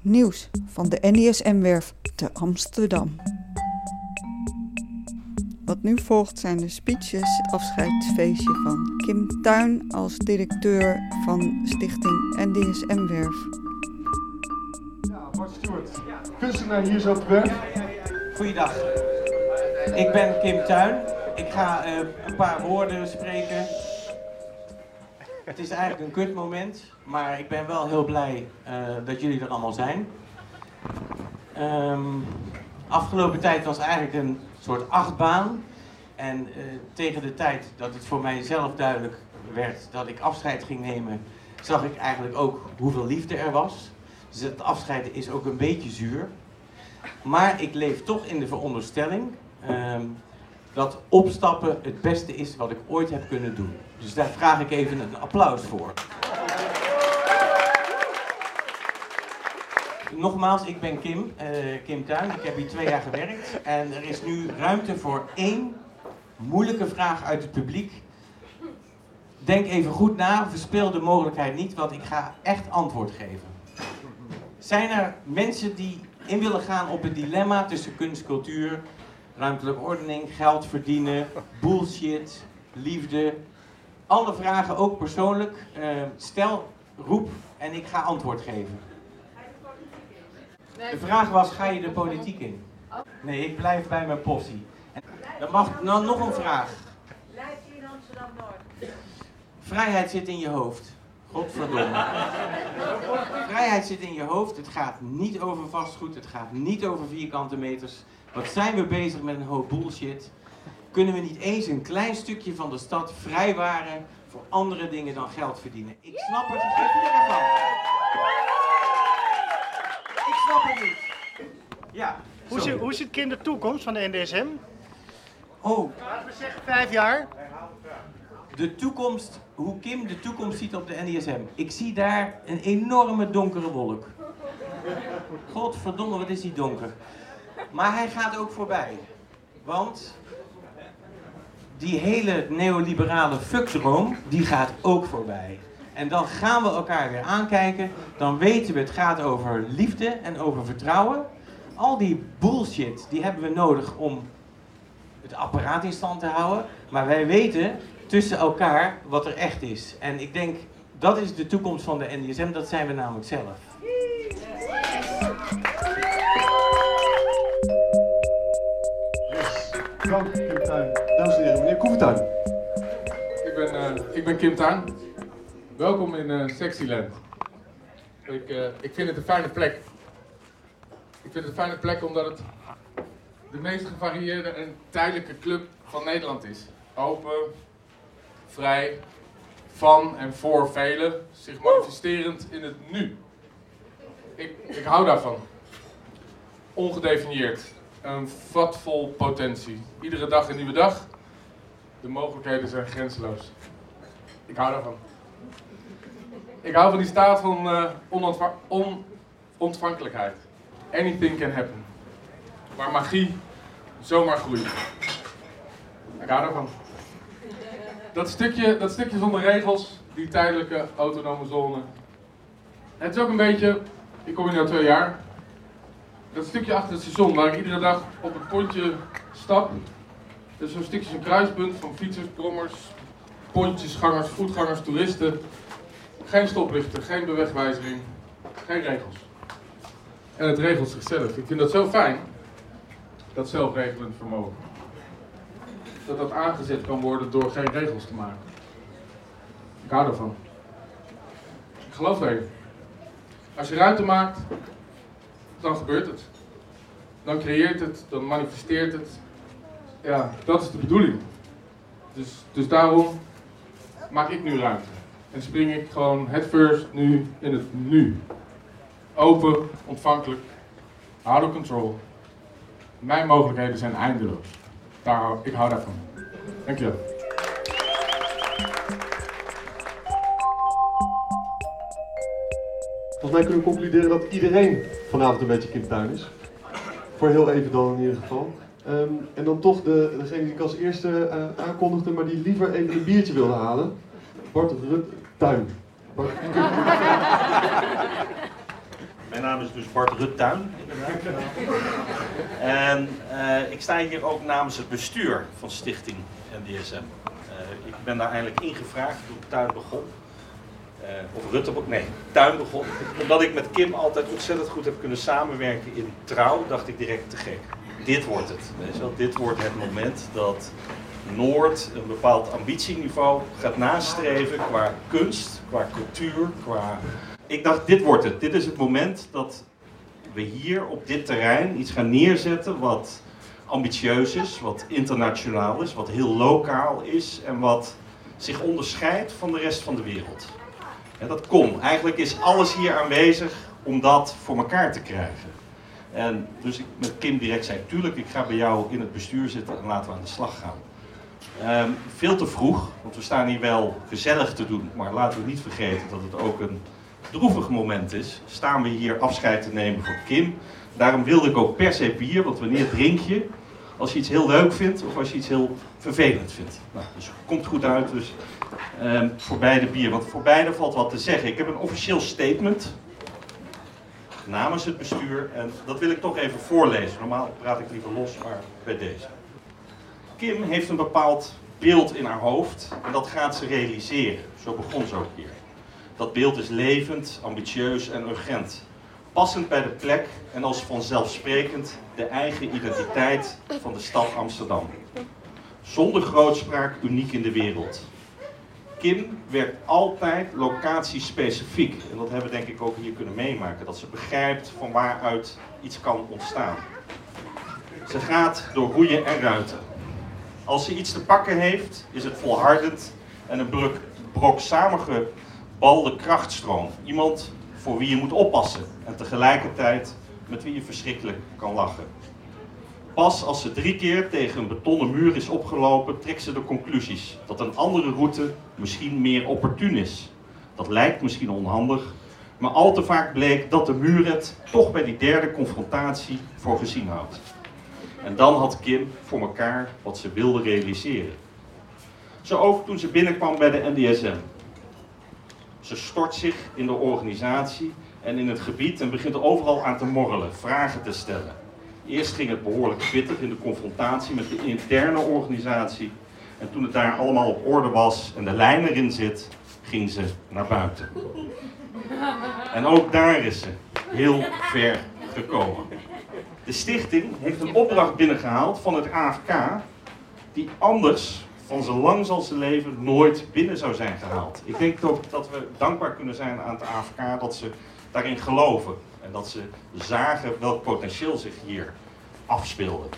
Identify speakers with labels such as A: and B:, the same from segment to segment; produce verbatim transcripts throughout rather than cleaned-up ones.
A: Nieuws van de N I S M-werf te Amsterdam. Wat nu volgt zijn de speeches afscheidsfeestje van Kim Tuin als directeur van stichting N D S M-werf.
B: Ja, Bart Stewart, kunstenaar hier zo op de werf.
C: Goeiedag, ik ben Kim Tuin. Ik ga uh, een paar woorden spreken. Het is eigenlijk een kut moment, maar ik ben wel heel blij uh, dat jullie er allemaal zijn. Um, afgelopen tijd was eigenlijk een soort achtbaan. En uh, tegen de tijd dat het voor mij zelf duidelijk werd dat ik afscheid ging nemen, zag ik eigenlijk ook hoeveel liefde er was. Dus het afscheid is ook een beetje zuur. Maar ik leef toch in de veronderstelling um, dat opstappen het beste is wat ik ooit heb kunnen doen. Dus daar vraag ik even een applaus voor. Nogmaals, ik ben Kim, uh, Kim Tuin. Ik heb hier twee jaar gewerkt. En er is nu ruimte voor één moeilijke vraag uit het publiek. Denk even goed na, verspil de mogelijkheid niet, want ik ga echt antwoord geven. Zijn er mensen die in willen gaan op het dilemma tussen kunst, cultuur, ruimtelijke ordening, geld verdienen, bullshit, liefde? Alle vragen, ook persoonlijk. Uh, stel, roep en ik ga antwoord geven. De vraag was, ga je de politiek in? Nee, ik blijf bij mijn possie. En dan mag nou, nog een vraag.
D: Blijf je in Amsterdam-Noord?
C: Vrijheid zit in je hoofd. Godverdomme. Vrijheid zit in je hoofd. Het gaat niet over vastgoed. Het gaat niet over vierkante meters. Wat zijn we bezig met een hoop bullshit? Kunnen we niet eens een klein stukje van de stad vrijwaren voor andere dingen dan geld verdienen? Ik snap het. Ik geef er ervan. Ik snap het niet. Ja.
E: Hoe ziet, hoe ziet Kim de toekomst van de N D S M?
C: Oh.
E: Laten we zeggen vijf jaar.
C: De toekomst, hoe Kim de toekomst ziet op de N D S M. Ik zie daar een enorme donkere wolk. Godverdomme, wat is die donker. Maar hij gaat ook voorbij. Want die hele neoliberale fuckdroom, die gaat ook voorbij. En dan gaan we elkaar weer aankijken. Dan weten we, het gaat over liefde en over vertrouwen. Al die bullshit, die hebben we nodig om het apparaat in stand te houden. Maar wij weten tussen elkaar wat er echt is. En ik denk, dat is de toekomst van de N D S M. Dat zijn we namelijk zelf.
B: Dank, Kim Tuin. Dames en heren, meneer Koevertuin.
F: Ik ben, uh, ik ben Kim Tuin. Welkom in uh, Sexyland. Ik, uh, ik vind het een fijne plek. Ik vind het een fijne plek omdat het de meest gevarieerde en tijdelijke club van Nederland is. Open, vrij, van en voor velen, zich manifesterend in het nu. Ik, ik hou daarvan. Ongedefinieerd. Een vat vol potentie. Iedere dag een nieuwe dag. De mogelijkheden zijn grenzeloos. Ik hou daarvan. Ik hou van die staat van uh, onontva- onontvankelijkheid. Anything can happen. Waar magie zomaar groeit. Ik hou daarvan. Dat stukje, dat stukje zonder regels, die tijdelijke autonome zone. Het is ook een beetje, ik kom hier nu twee jaar. Dat stukje achter het station waar ik iedere dag op het pontje stap. Dat is zo'n stukje een kruispunt van fietsers, brommers, pontjesgangers, voetgangers, toeristen. Geen stoplichten, geen bewegwijzering, geen regels. En het regelt zichzelf. Ik vind dat zo fijn, dat zelfregelend vermogen. Dat dat aangezet kan worden door geen regels te maken. Ik hou daarvan. Ik geloof erin. Als je ruimte maakt, dan gebeurt het. Dan creëert het, dan manifesteert het. Ja, dat is de bedoeling. Dus, dus daarom maak ik nu ruimte. En spring ik gewoon headfirst nu in het nu. Open, ontvankelijk, out of control. Mijn mogelijkheden zijn eindeloos. Daar hou, ik hou daarvan. Dankjewel.
B: Volgens mij kunnen we concluderen dat iedereen vanavond een beetje Kim Tuin is. Voor heel even dan in ieder geval. Um, en dan toch de, degene die ik als eerste uh, aankondigde, maar die liever even een biertje wilde halen. Bart Rut Tuin. Bart,
G: Mijn naam is dus Bart Ruttuin, inderdaad. En uh, ik sta hier ook namens het bestuur van Stichting N D S M. Uh, ik ben daar eigenlijk ingevraagd toen Tuin begon. Uh, of Rutte, nee, Tuin begon. Omdat ik met Kim altijd ontzettend goed heb kunnen samenwerken in Trouw, dacht ik direct te gek. Dit wordt het. Weet je wel? Dit wordt het moment dat Noord een bepaald ambitieniveau gaat nastreven qua kunst, qua cultuur, qua... Ik dacht, dit wordt het. Dit is het moment dat we hier op dit terrein iets gaan neerzetten wat ambitieus is, wat internationaal is, wat heel lokaal is en wat zich onderscheidt van de rest van de wereld. En dat kon. Eigenlijk is alles hier aanwezig om dat voor elkaar te krijgen. En dus ik met Kim direct zei, tuurlijk, ik ga bij jou in het bestuur zitten en laten we aan de slag gaan. Um, veel te vroeg, want we staan hier wel gezellig te doen, maar laten we niet vergeten dat het ook een droevig moment is. Staan we hier afscheid te nemen van Kim. Daarom wilde ik ook per se bier, want wanneer drink je? Als je iets heel leuk vindt of als je iets heel vervelend vindt. Nou, dus het komt goed uit, dus um, voor beide bier. Want voor beide valt wat te zeggen. Ik heb een officieel statement namens het bestuur en dat wil ik toch even voorlezen. Normaal praat ik liever los, maar bij deze. Kim heeft een bepaald beeld in haar hoofd en dat gaat ze realiseren. Zo begon ze ook hier. Dat beeld is levend, ambitieus en urgent. Passend bij de plek en als vanzelfsprekend de eigen identiteit van de stad Amsterdam. Zonder grootspraak uniek in de wereld. Kim werkt altijd locatiespecifiek. En dat hebben we denk ik ook hier kunnen meemaken. Dat ze begrijpt van waaruit iets kan ontstaan. Ze gaat door roeien en ruiten. Als ze iets te pakken heeft, is het volhardend en een brok, brok samengebalde krachtstroom. Iemand voor wie je moet oppassen en tegelijkertijd met wie je verschrikkelijk kan lachen. Pas als ze drie keer tegen een betonnen muur is opgelopen, trekt ze de conclusies dat een andere route misschien meer opportun is. Dat lijkt misschien onhandig, maar al te vaak bleek dat de muur het toch bij die derde confrontatie voor gezien houdt. En dan had Kim voor elkaar wat ze wilde realiseren. Zo ook toen ze binnenkwam bij de N D S M. Ze stort zich in de organisatie en in het gebied en begint overal aan te morrelen, vragen te stellen. Eerst ging het behoorlijk pittig in de confrontatie met de interne organisatie. En toen het daar allemaal op orde was en de lijn erin zit, ging ze naar buiten. En ook daar is ze heel ver gekomen. De stichting heeft een opdracht binnengehaald van het A F K, die anders van zo lang zal zijn leven nooit binnen zou zijn gehaald. Ik denk ook dat we dankbaar kunnen zijn aan het A F K dat ze daarin geloven. En dat ze zagen welk potentieel zich hier afspeelde.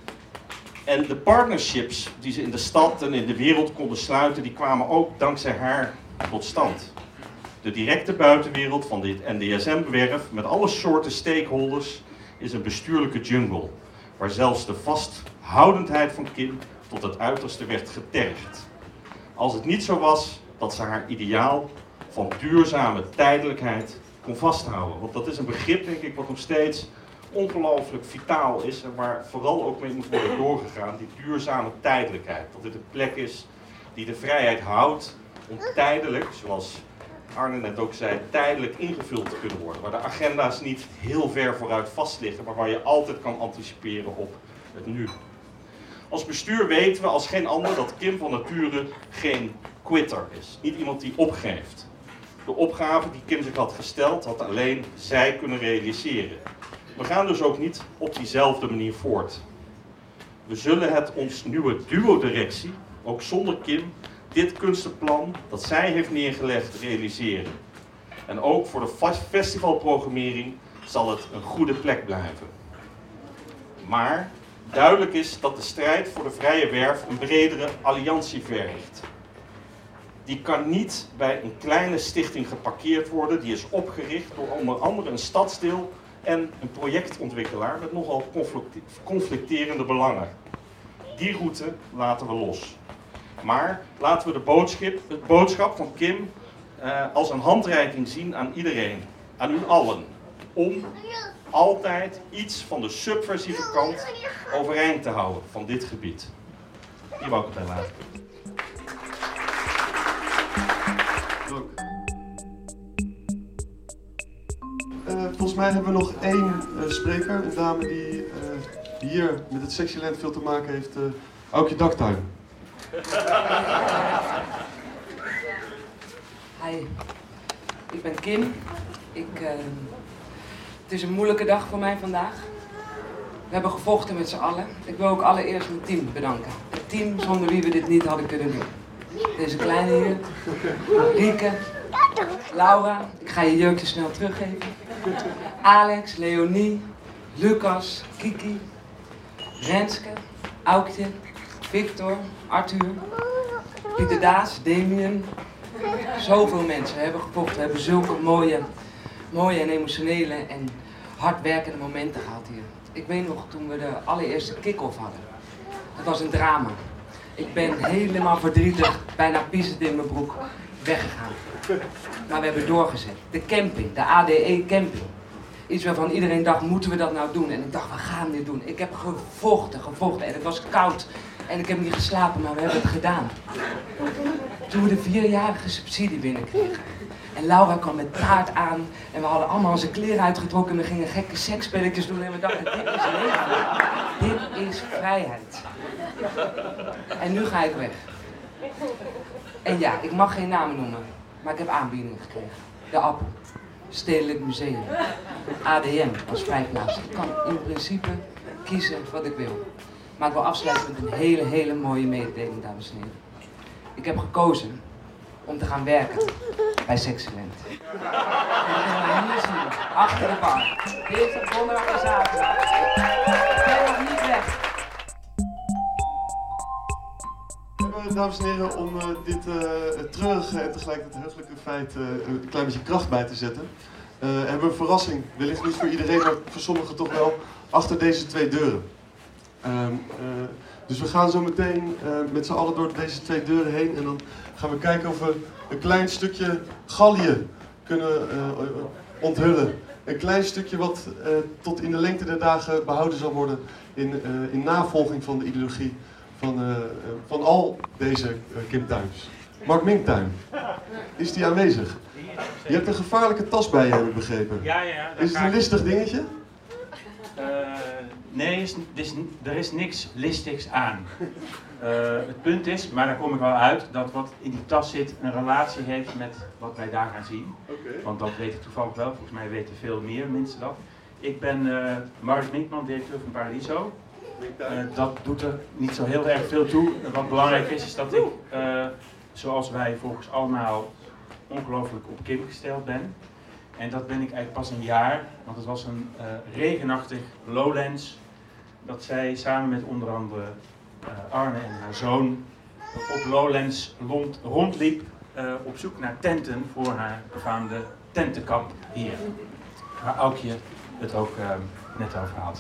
G: En de partnerships die ze in de stad en in de wereld konden sluiten, die kwamen ook dankzij haar tot stand. De directe buitenwereld van dit N D S M-werf met alle soorten stakeholders is een bestuurlijke jungle, waar zelfs de vasthoudendheid van Kim tot het uiterste werd getergd. Als het niet zo was dat ze haar ideaal van duurzame tijdelijkheid kon vasthouden. Want dat is een begrip, denk ik, wat nog steeds ongelooflijk vitaal is en waar vooral ook mee moet worden doorgegaan, die duurzame tijdelijkheid. Dat dit een plek is die de vrijheid houdt om tijdelijk, zoals Arne net ook zei, tijdelijk ingevuld te kunnen worden. Waar de agenda's niet heel ver vooruit vast liggen, maar waar je altijd kan anticiperen op het nu. Als bestuur weten we als geen ander dat Kim van nature geen quitter is. Niet iemand die opgeeft. De opgave die Kim zich had gesteld, had alleen zij kunnen realiseren. We gaan dus ook niet op diezelfde manier voort. We zullen het ons nieuwe duo-directie, ook zonder Kim, dit kunstenplan dat zij heeft neergelegd realiseren. En ook voor de festivalprogrammering zal het een goede plek blijven. Maar duidelijk is dat de strijd voor de vrije werf een bredere alliantie vergt. Die kan niet bij een kleine stichting geparkeerd worden. Die is opgericht door onder andere een stadsdeel en een projectontwikkelaar met nogal conflicterende belangen. Die route laten we los. Maar laten we de boodschap, het boodschap van Kim uh, als een handreiking zien aan iedereen, aan u allen, om altijd iets van de subversieve kant overeind te houden van dit gebied. Hier wou ik het bij laten.
B: volgens mij hebben we nog één uh, spreker, een dame die uh, hier met het Sexyland veel te maken heeft. Uh, Aukje Daktuin.
H: Hi, ik ben Kim. Ik, uh, het is een moeilijke dag voor mij vandaag. We hebben gevochten met z'n allen. Ik wil ook allereerst mijn team bedanken. Het team zonder wie we dit niet hadden kunnen doen. Deze kleine hier, Rieke, Laura, ik ga je jurkje snel teruggeven. Alex, Leonie, Lucas, Kiki, Renske, Aukje, Victor, Arthur, Pieter Daas, Damien. Zoveel mensen hebben gevochten. We hebben zulke mooie, mooie en emotionele en hardwerkende momenten gehad hier. Ik weet nog toen we de allereerste kick-off hadden. Het was een drama. Ik ben helemaal verdrietig, bijna piezend in mijn broek, weggegaan. Maar we hebben doorgezet. De camping, de A D E camping. Iets waarvan iedereen dacht, moeten we dat nou doen? En ik dacht, we gaan dit doen. Ik heb gevochten, gevochten. En het was koud. En ik heb niet geslapen, maar we hebben het gedaan. Toen we de vierjarige subsidie binnenkregen. En Laura kwam met taart aan. En we hadden allemaal onze kleren uitgetrokken. En we gingen gekke seksspelletjes doen. En we dachten, dit is leven. Dit is vrijheid. En nu ga ik weg. En ja, ik mag geen namen noemen. Maar ik heb aanbiedingen gekregen. De Appel. Stedelijk Museum. A D M als vrijplaats. Ik kan in principe kiezen wat ik wil. Maar ik wil afsluiten met een hele, hele mooie mededeling, dames en heren. Ik heb gekozen om te gaan werken bij Sexyland. En dat gaan wij hier zien, achter de bar. Dit donderdag en zaterdag. Ik ben nog niet weg.
B: Dames en heren, om uh, dit uh, treurige en tegelijkertijd heugelijke feit uh, een klein beetje kracht bij te zetten, uh, hebben we een verrassing, wellicht niet voor iedereen, maar voor sommigen toch wel, achter deze twee deuren. Um, uh, dus we gaan zo meteen uh, met z'n allen door deze twee deuren heen en dan gaan we kijken of we een klein stukje Gallië kunnen uh, onthullen. Een klein stukje wat uh, tot in de lengte der dagen behouden zal worden in, uh, in navolging van de ideologie van, uh, van al deze uh, Kim Tuyns. Mark Minktuin, is die aanwezig? Je hebt een gevaarlijke tas bij je, heb ik begrepen.
I: Ja, ja, ja.
B: Is het een listig dingetje?
I: Uh, nee, is, is, er is niks listigs aan. Uh, het punt is, maar daar kom ik wel uit, dat wat in die tas zit een relatie heeft met wat wij daar gaan zien.
B: Okay.
I: Want dat weet ik toevallig wel, volgens mij weten veel meer mensen dat. Ik ben uh, Mark Minkman, directeur van Paradiso. Uh, dat doet er niet zo heel erg veel toe. Wat belangrijk is, is dat ik, uh, zoals wij volgens allemaal, ongelooflijk op Kim gesteld ben. En dat ben ik eigenlijk pas een jaar, want het was een uh, regenachtig Lowlands, dat zij samen met onder andere uh, Arne en haar zoon op Lowlands rond, rondliep uh, op zoek naar tenten voor haar befaamde tentenkamp hier. Waar Aukje het ook uh, net over had.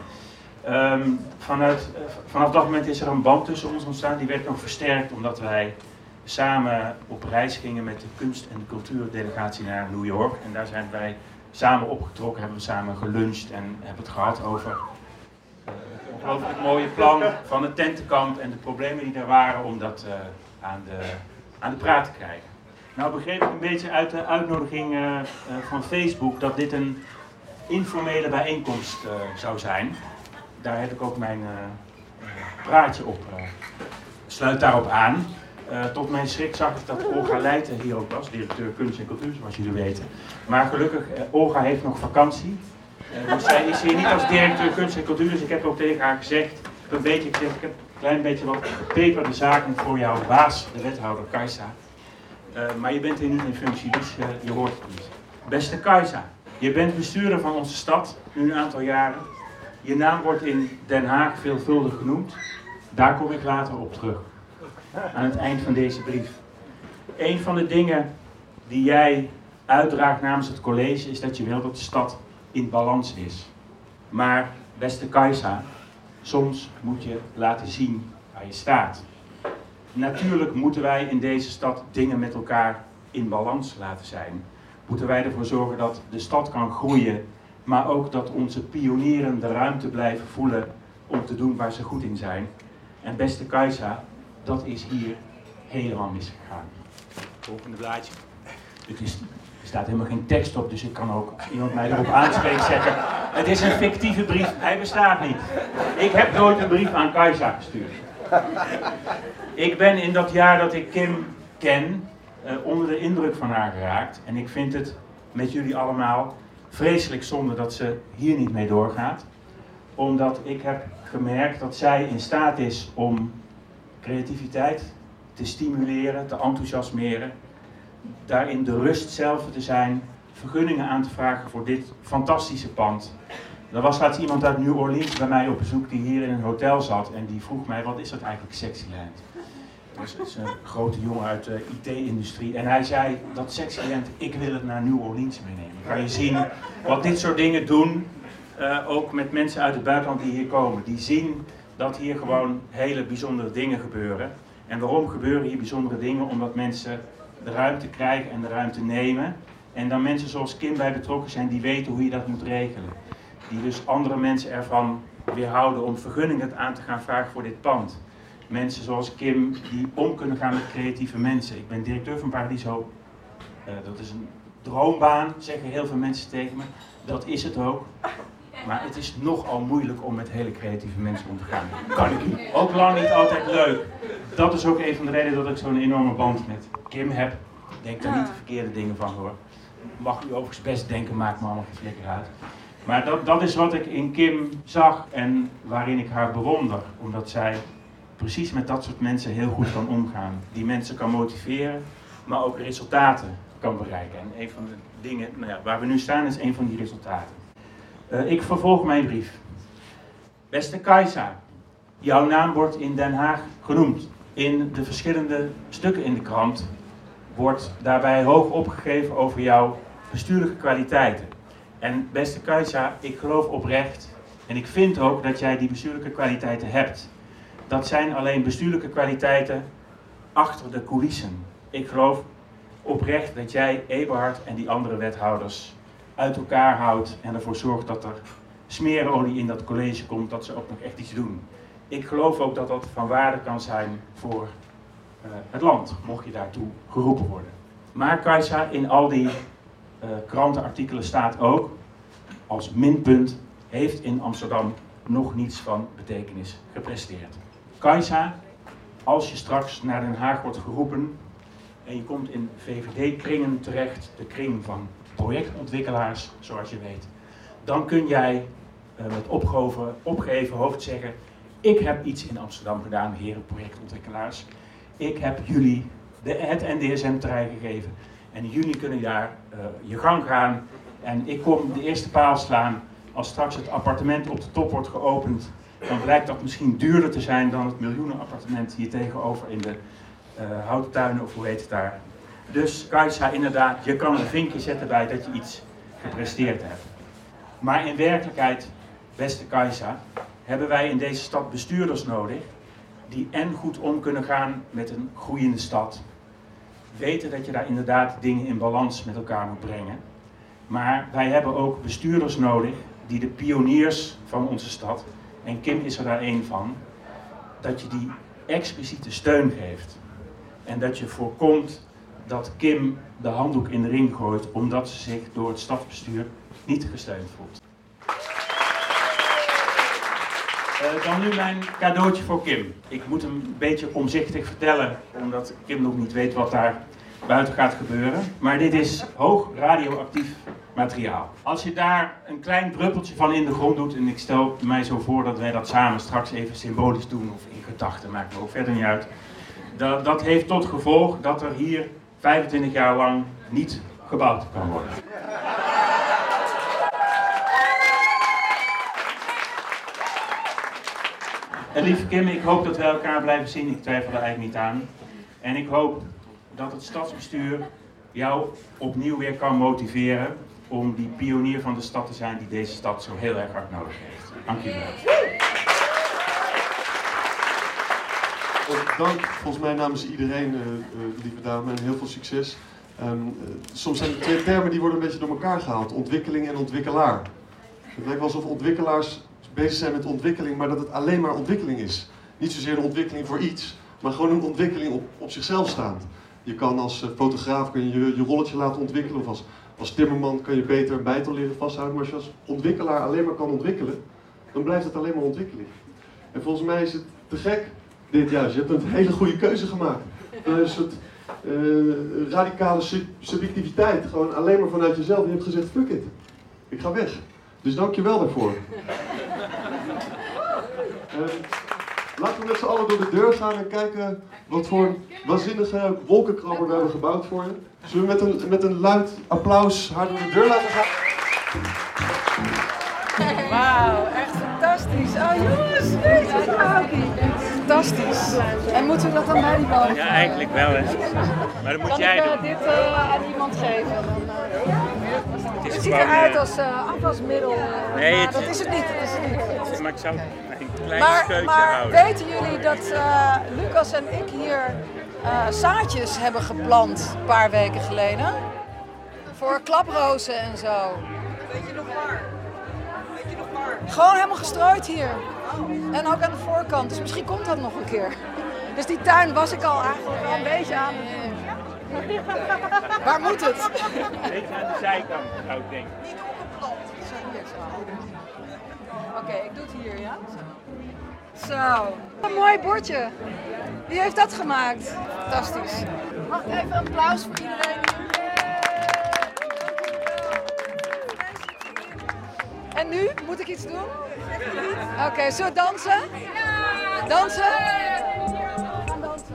I: um, vanuit, uh, vanaf dat moment is er een band tussen ons ontstaan, die werd nog versterkt omdat wij samen op reis gingen met de kunst- en cultuurdelegatie naar New York. En daar zijn wij samen opgetrokken, hebben we samen geluncht en hebben het gehad over uh, het ongelooflijk mooie plan van het tentenkamp en de problemen die er waren om dat uh, aan, de, aan de praat te krijgen. Nou begreep ik een beetje uit de uitnodiging uh, uh, van Facebook dat dit een informele bijeenkomst uh, zou zijn. Daar heb ik ook mijn uh, uh, praatje op. Uh, sluit daarop aan. Uh, tot mijn schrik zag ik dat Olga Leijten hier ook was, directeur kunst en cultuur, zoals jullie weten. Maar gelukkig, uh, Olga heeft nog vakantie. Uh, dus zij is hier niet als directeur kunst en cultuur, dus ik heb ook tegen haar gezegd, een beetje gezegd, ik heb een klein beetje wat peperde zaken voor jouw baas, de wethouder Kajsa. Uh, maar je bent hier niet in functie, dus uh, je hoort het niet. Beste Kajsa, je bent bestuurder van onze stad, nu een aantal jaren. Je naam wordt in Den Haag veelvuldig genoemd. Daar kom ik later op terug. Aan het eind van deze brief. Een van de dingen die jij uitdraagt namens het college is dat je wil dat de stad in balans is. Maar, beste Kajsa, soms moet je laten zien waar je staat. Natuurlijk moeten wij in deze stad dingen met elkaar in balans laten zijn. Moeten wij ervoor zorgen dat de stad kan groeien, maar ook dat onze pionieren de ruimte blijven voelen om te doen waar ze goed in zijn. En beste Kajsa, dat is hier helemaal misgegaan. Volgende blaadje. Het is, staat helemaal geen tekst op, dus ik kan ook, als iemand mij erop aanspreekt, zeggen, het is een fictieve brief, hij bestaat niet. Ik heb nooit een brief aan Kajsa gestuurd. Ik ben in dat jaar dat ik Kim ken, uh, onder de indruk van haar geraakt. En ik vind het met jullie allemaal vreselijk zonde dat ze hier niet mee doorgaat. Omdat ik heb gemerkt dat zij in staat is om creativiteit te stimuleren, te enthousiasmeren. Daarin de rust zelf te zijn, vergunningen aan te vragen voor dit fantastische pand. Er was laatst iemand uit New Orleans bij mij op bezoek die hier in een hotel zat en die vroeg mij, wat is dat eigenlijk Sexyland? Dus het is een grote jongen uit de I T-industrie en hij zei, dat Sexyland, ik wil het naar New Orleans meenemen. Dan kan je zien wat dit soort dingen doen, uh, ook met mensen uit het buitenland die hier komen. Die zien dat hier gewoon hele bijzondere dingen gebeuren. En waarom gebeuren hier bijzondere dingen? Omdat mensen de ruimte krijgen en de ruimte nemen. En dan mensen zoals Kim bij betrokken zijn die weten hoe je dat moet regelen. Die dus andere mensen ervan weerhouden om vergunningen aan te gaan vragen voor dit pand. Mensen zoals Kim die om kunnen gaan met creatieve mensen. Ik ben directeur van Paradiso. Uh, dat is een droombaan, zeggen heel veel mensen tegen me. Dat is het ook. Maar het is nogal moeilijk om met hele creatieve mensen om te gaan. Kan ik u. Ook lang niet altijd leuk. Dat is ook een van de redenen dat ik zo'n enorme band met Kim heb. Denk daar niet de verkeerde dingen van hoor. Mag u overigens best denken, maakt me allemaal geen flikker uit. Maar dat, dat is wat ik in Kim zag en waarin ik haar bewonder. Omdat zij precies met dat soort mensen heel goed kan omgaan. Die mensen kan motiveren, maar ook resultaten kan bereiken. En een van de dingen nou ja, waar we nu staan is een van die resultaten. Uh, ik vervolg mijn brief. Beste Kajsa, jouw naam wordt in Den Haag genoemd. In de verschillende stukken in de krant wordt daarbij hoog opgegeven over jouw bestuurlijke kwaliteiten. En beste Kajsa, ik geloof oprecht en ik vind ook dat jij die bestuurlijke kwaliteiten hebt. Dat zijn alleen bestuurlijke kwaliteiten achter de coulissen. Ik geloof oprecht dat jij Eberhard en die andere wethouders uit elkaar houdt en ervoor zorgt dat er smeerolie in dat college komt, dat ze ook nog echt iets doen. Ik geloof ook dat dat van waarde kan zijn voor uh, het land, mocht je daartoe geroepen worden. Maar Kajsa, in al die uh, krantenartikelen staat ook, als minpunt, heeft in Amsterdam nog niets van betekenis gepresteerd. Kajsa, als je straks naar Den Haag wordt geroepen en je komt in V V D-kringen terecht, de kring van projectontwikkelaars, zoals je weet, dan kun jij uh, met opgehoven, opgeheven hoofd zeggen, ik heb iets in Amsterdam gedaan, heren projectontwikkelaars. Ik heb jullie de, het N D S M-terrein gegeven en jullie kunnen daar uh, je gang gaan en ik kom de eerste paal slaan. Als straks het appartement op de top wordt geopend, dan blijkt dat misschien duurder te zijn dan het miljoenenappartement hier tegenover in de uh, houttuinen of hoe heet het daar. Dus Kajsa, inderdaad, je kan een vinkje zetten bij dat je iets gepresteerd hebt. Maar in werkelijkheid, beste Kajsa, hebben wij in deze stad bestuurders nodig die en goed om kunnen gaan met een groeiende stad. Weten dat je daar inderdaad dingen in balans met elkaar moet brengen. Maar wij hebben ook bestuurders nodig die de pioniers van onze stad, en Kim is er daar één van, dat je die expliciete steun geeft. En dat je voorkomt dat Kim de handdoek in de ring gooit omdat ze zich door het stadsbestuur niet gesteund voelt. Uh, dan nu mijn cadeautje voor Kim. Ik moet hem een beetje omzichtig vertellen, omdat Kim nog niet weet wat daar buiten gaat gebeuren. Maar dit is hoog radioactief materiaal. Als je daar een klein druppeltje van in de grond doet, en ik stel mij zo voor dat wij dat samen straks even symbolisch doen, of in gedachten, maakt me ook verder niet uit. Dat, dat heeft tot gevolg dat er hier vijfentwintig jaar lang niet gebouwd kan worden. En lieve Kim, ik hoop dat we elkaar blijven zien, ik twijfel er eigenlijk niet aan. En ik hoop dat het stadsbestuur jou opnieuw weer kan motiveren om die pionier van de stad te zijn die deze stad zo heel erg hard nodig heeft. Dank je wel.
B: Dank, volgens mij namens iedereen, uh, uh, lieve dame, en heel veel succes. Um, uh, soms zijn de twee termen die worden een beetje door elkaar gehaald, ontwikkeling en ontwikkelaar. Het lijkt wel alsof ontwikkelaars bezig zijn met ontwikkeling, maar dat het alleen maar ontwikkeling is. Niet zozeer een ontwikkeling voor iets, maar gewoon een ontwikkeling op, op zichzelf staand. Je kan als uh, fotograaf kun je, je je rolletje laten ontwikkelen, of als Als timmerman kan je beter een bijtel leren vasthouden, maar als je als ontwikkelaar alleen maar kan ontwikkelen, dan blijft het alleen maar ontwikkeling. En volgens mij is het te gek dit juist. Je hebt een hele goede keuze gemaakt. Een soort uh, radicale sub subjectiviteit, gewoon alleen maar vanuit jezelf. Je hebt gezegd, fuck it, ik ga weg. Dus dank je wel daarvoor. uh, laten we met z'n allen door de deur gaan en kijken wat voor een waanzinnige wolkenkrabber we hebben gebouwd voor je. Zullen we met een, met een luid applaus haar door de deur laten gaan?
J: Wauw, echt fantastisch. Oh jongens, jezus, fantastisch. En moeten we dat dan bij die boven?
I: Ja, eigenlijk wel hè. Maar dat moet
J: kan
I: jij
J: ik uh,
I: doen.
J: dit uh, aan iemand geven? Dan, uh,
I: Het, is
J: het ziet
I: gewoon,
J: eruit
I: uh,
J: als uh, afwasmiddel. Uh,
I: nee,
J: maar
I: het,
J: dat is het niet. Dat is het niet.
I: Maar ik zou een klein
J: Maar,
I: scheutje
J: maar
I: houden.
J: weten jullie dat uh, Lucas en ik hier uh, zaadjes hebben geplant een paar weken geleden? Voor klaprozen en zo.
K: Weet je nog waar? Weet je nog waar?
J: Gewoon helemaal gestrooid hier. En ook aan de voorkant, dus misschien komt dat nog een keer. Dus die tuin was ik al eigenlijk al een beetje aan. Waar moet het?
I: Een beetje aan de zijkant zou ik denken.
K: Niet opgeplant.
J: Oké, okay, ik doe het hier, ja? Zo. Een mooi bordje. Wie heeft dat gemaakt? Fantastisch. Mag ik even een applaus voor iedereen? En nu? Moet ik iets doen? Oké, okay, zullen we dansen? Dansen? We gaan dansen.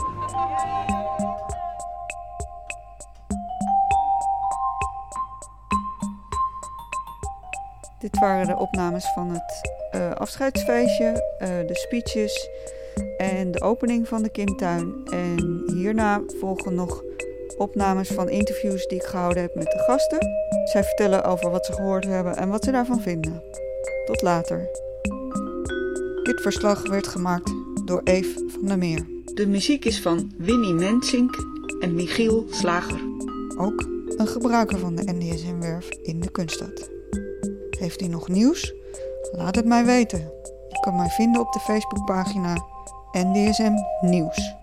A: Dit waren de opnames van het uh, afscheidsfeestje, uh, de speeches en de opening van de Kimtuin. En hierna volgen nog opnames van interviews die ik gehouden heb met de gasten. Zij vertellen over wat ze gehoord hebben en wat ze daarvan vinden. Tot later. Dit verslag werd gemaakt door Eve van der Meer. De muziek is van Winnie Mensink en Michiel Slager. Ook een gebruiker van de N D S M-werf in de Kunststad. Heeft u nog nieuws? Laat het mij weten. Je kan mij vinden op de Facebookpagina N D S M Nieuws.